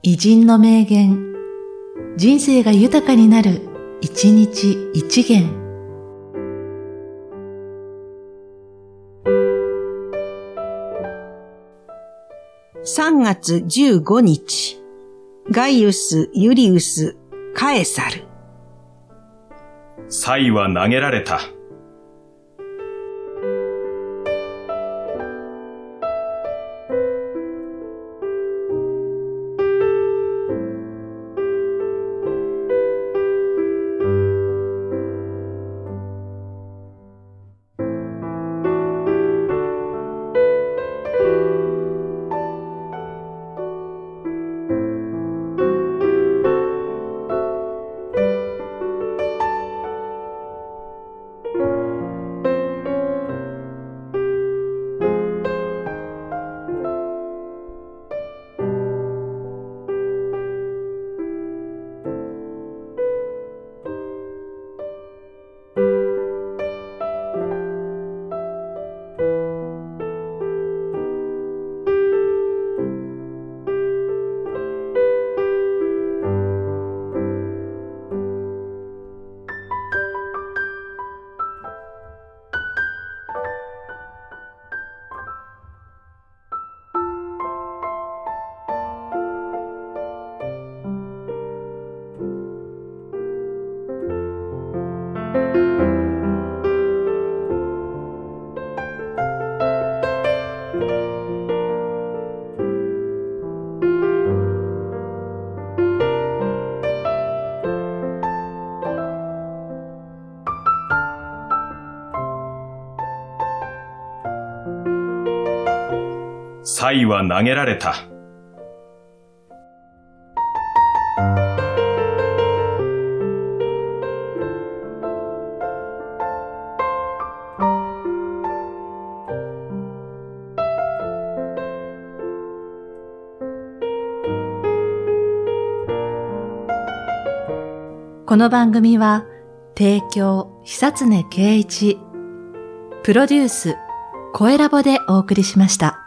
偉人の名言、人生が豊かになる、一日一元。 3月15日、ガイウス・ユリウス・カエサル。 賽は投げられた。賽は投げられた。 この番組は提供久常圭一、プロデュース声ラボでお送りしました。